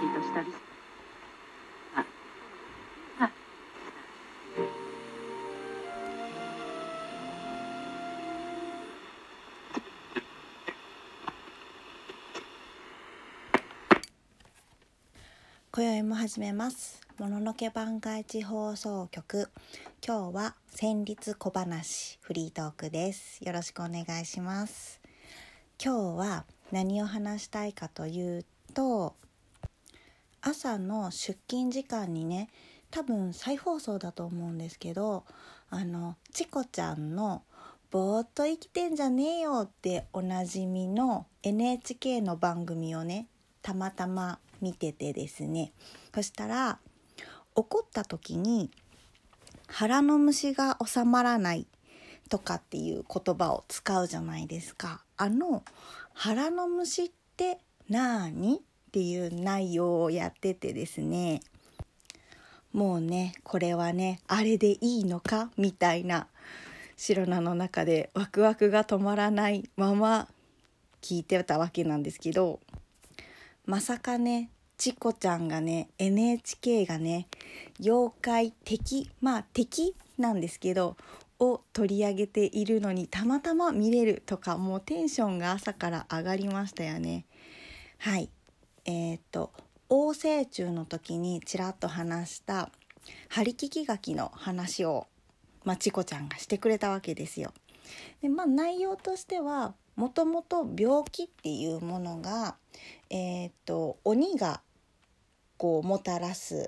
としたりあ今宵も始めます。もののけ番外地放送局。今日は旋律小話フリートークです。よろしくお願いします。今日は何を話したいかというと、朝の出勤時間にね、多分再放送だと思うんですけど、チコちゃんのぼーっと生きてんじゃねえよっておなじみの NHK の番組をね、たまたま見ててですね、そしたら怒った時に腹の虫が収まらないとかっていう言葉を使うじゃないですか。腹の虫ってなーにっていう内容をやっててですね、もうねこれはねあれでいいのかみたいな、白菜の中でワクワクが止まらないまま聞いてたわけなんですけど、まさかねチコちゃんがね NHK がね妖怪敵なんですけどを取り上げているのにたまたま見れるとか、もうテンションが朝から上がりましたよね。はい、王政中の時にちらっと話した張り聞き柿の話を、チコちゃんがしてくれたわけですよ。で、内容としてはもともと病気っていうものが、鬼がこうもたらす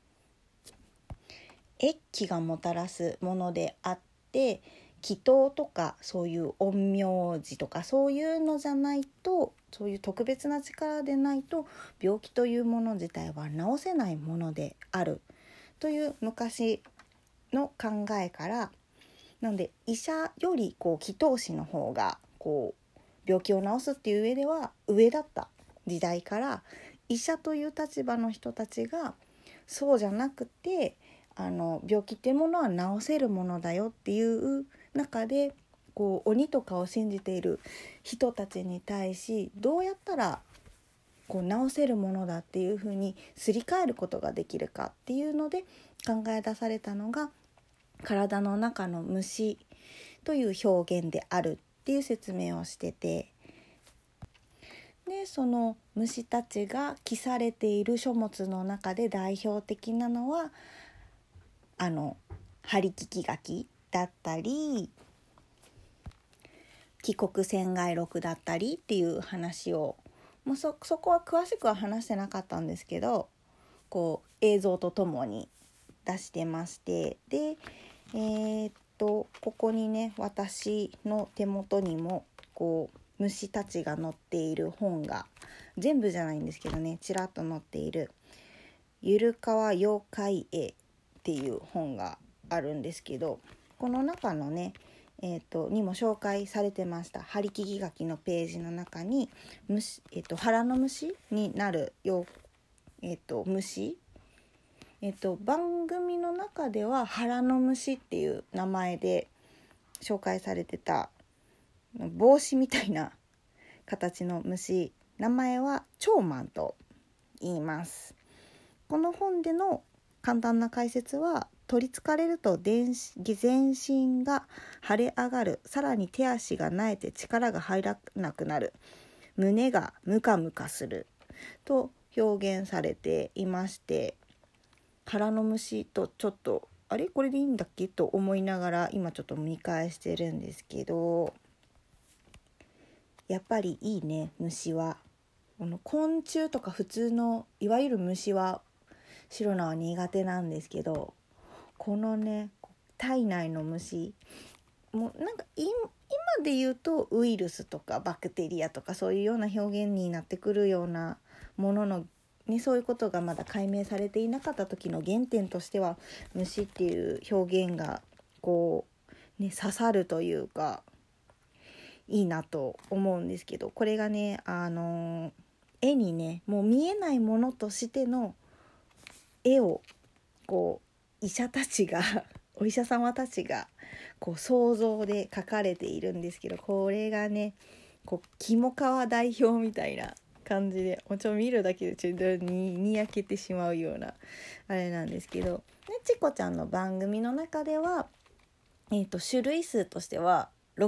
液気がもたらすものであって、祈祷とかそういう陰陽師とかそういうのじゃないと、そういう特別な力でないと病気というもの自体は治せないものであるという昔の考えから、なので医者より祈祷師の方が病気を治すっていう上では上だった時代から、医者という立場の人たちがそうじゃなくて、病気っていうものは治せるものだよっていう中で、鬼とかを信じている人たちに対しどうやったら治せるものだっていうふうにすり替えることができるかっていうので考え出されたのが、体の中の虫という表現であるっていう説明をしてて、でその虫たちが記されている書物の中で代表的なのは張り聞き柿だったり帰国船外録だったりっていう話を、もうそこは詳しくは話してなかったんですけど、映像とともに出してまして、でここにね私の手元にも虫たちが載っている本が、全部じゃないんですけどね、ちらっと載っているゆるかわ妖怪絵っていう本があるんですけど、この中のねにも紹介されてました。張り聞き柿のページの中に腹の虫になる虫、番組の中では腹の虫っていう名前で紹介されてた帽子みたいな形の虫、名前は長満と言います。この本での簡単な解説は、取りつかれると全身が腫れ上がる、さらに手足がなえて力が入らなくなる、胸がムカムカすると表現されていまして、腹の虫とちょっとこれでいいんだっけと思いながら今ちょっと見返してるんですけど、やっぱりいいね。虫は昆虫とか普通のいわゆる虫は白菜は苦手なんですけど、このね体内の虫もうなんか今で言うとウイルスとかバクテリアとかそういうような表現になってくるようなもののね、そういうことがまだ解明されていなかった時の原点としては、虫っていう表現が刺さるというかいいなと思うんですけど、これがね絵にねもう見えないものとしての絵を医者たちがお医者様たちが想像で描かれているんですけど、これがね肝皮代表みたいな感じで、もちろん見るだけでちょっとにやけてしまうようなあれなんですけど、チコちゃんの番組の中では、種類数としては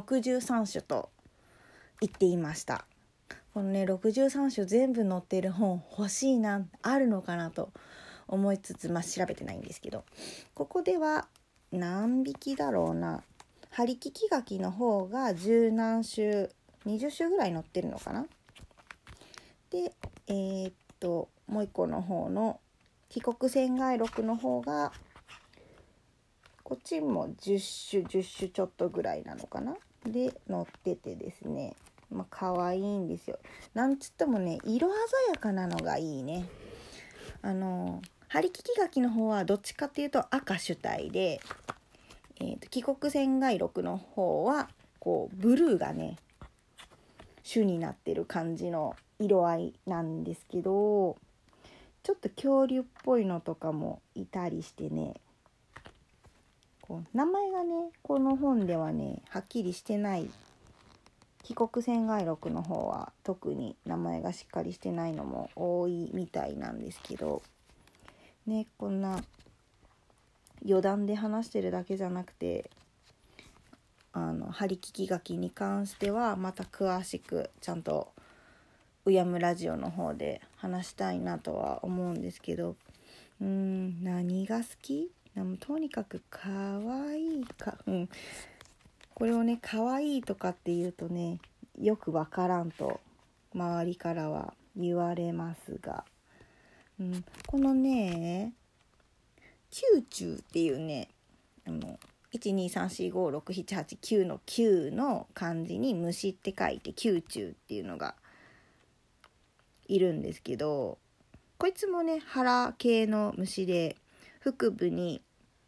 63種と言っていました。このね63種全部載ってる本欲しいな、あるのかなと思いつつ、調べてないんですけど、ここでは何匹だろうな、ハリキキガキの方が十何種、20種ぐらい載ってるのかな。でもう一個の方の帰国船外録の方がこっちも10種ちょっとぐらいなのかなで載っててですね、可愛いんですよ。なんつってもね、色鮮やかなのがいいね。ハリキキガキの方はどっちかっていうと赤主体で、帰国船外録の方はこうブルーがね主になってる感じの色合いなんですけど、ちょっと恐竜っぽいのとかもいたりしてね、こう名前がねこの本ではねはっきりしてない。帰国船外録の方は特に名前がしっかりしてないのも多いみたいなんですけどね、こんな余談で話してるだけじゃなくて、ハリキキガキに関してはまた詳しくちゃんとうやむラジオの方で話したいなとは思うんですけど、何が好き？とにかくかわいいか、これをねかわいいとかって言うとねよくわからんと周りからは言われますが、このねキュウチュウっていうね、123456789の9の漢字に虫って書いてキュウチュウっていうのがいるんですけど、こいつもね腹系の虫で、腹部に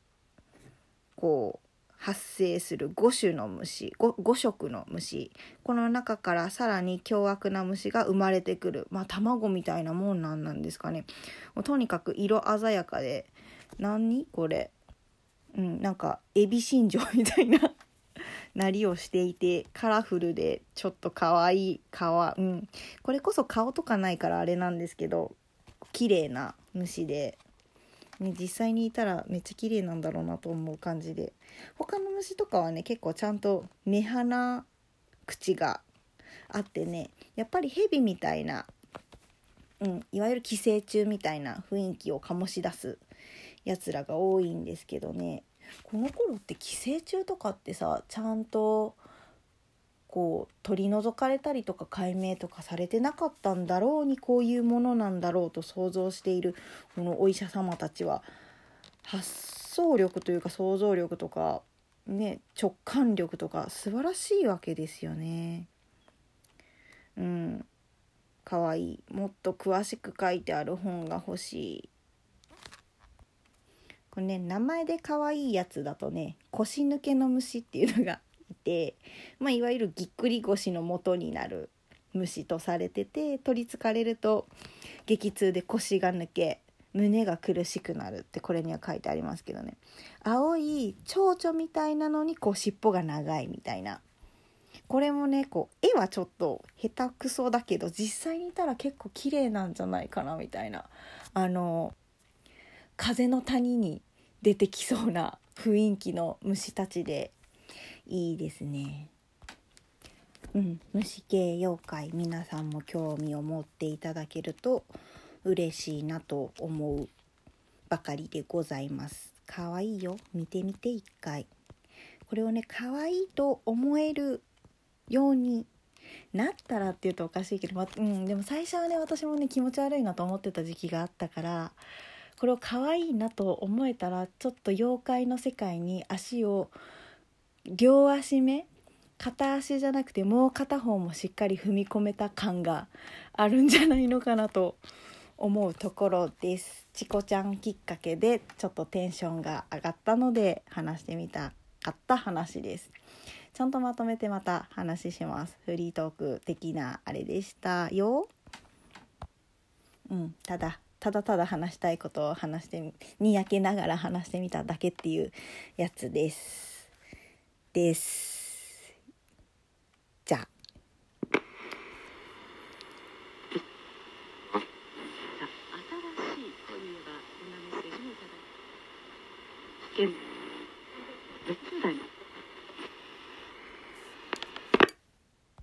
こう発生する5種の虫、5色の虫、この中からさらに凶悪な虫が生まれてくる、卵みたいなもんなんですかね。もうとにかく色鮮やかで、何これ、なんかエビ真珠みたいななりをしていて、カラフルでちょっとかわいいこれこそ顔とかないからあれなんですけど、綺麗な虫で、実際にいたらめっちゃ綺麗なんだろうなと思う感じで、他の虫とかはね結構ちゃんと目鼻口があってね、やっぱりヘビみたいな、いわゆる寄生虫みたいな雰囲気を醸し出すやつらが多いんですけどね、この頃って寄生虫とかってさ、ちゃんとこう取り除かれたりとか解明とかされてなかったんだろうに、こういうものなんだろうと想像しているこのお医者様たちは、発想力というか想像力とかね、直感力とか素晴らしいわけですよね。かわいい。もっと詳しく書いてある本が欲しい。これね、名前で可愛いやつだとね、腰抜けの虫っていうのがいて、いわゆるぎっくり腰の元になる虫とされてて、取りつかれると激痛で腰が抜け、胸が苦しくなるってこれには書いてありますけどね。青い蝶々みたいなのにこう尻尾が長いみたいな。これもね、こう絵はちょっと下手くそだけど実際にいたら結構綺麗なんじゃないかなみたいな、風の谷に出てきそうな雰囲気の虫たちでいいですね。虫系妖怪、皆さんも興味を持っていただけると嬉しいなと思うばかりでございます。かわいいよ、見てみて一回。これをね、かわいいと思えるようになったらっていうとおかしいけど、でも最初はね、私もね気持ち悪いなと思ってた時期があったから、これを可愛いなと思えたら、ちょっと妖怪の世界に足を両足目、片足じゃなくてもう片方もしっかり踏み込めた感があるんじゃないのかなと思うところです。チコちゃんきっかけでちょっとテンションが上がったので話してみたかった話です。ちゃんとまとめてまた話します。フリートーク的なあれでしたよ。ただ話したいことを話してにやけながら話してみただけっていうやつですじゃあ。 けん絶対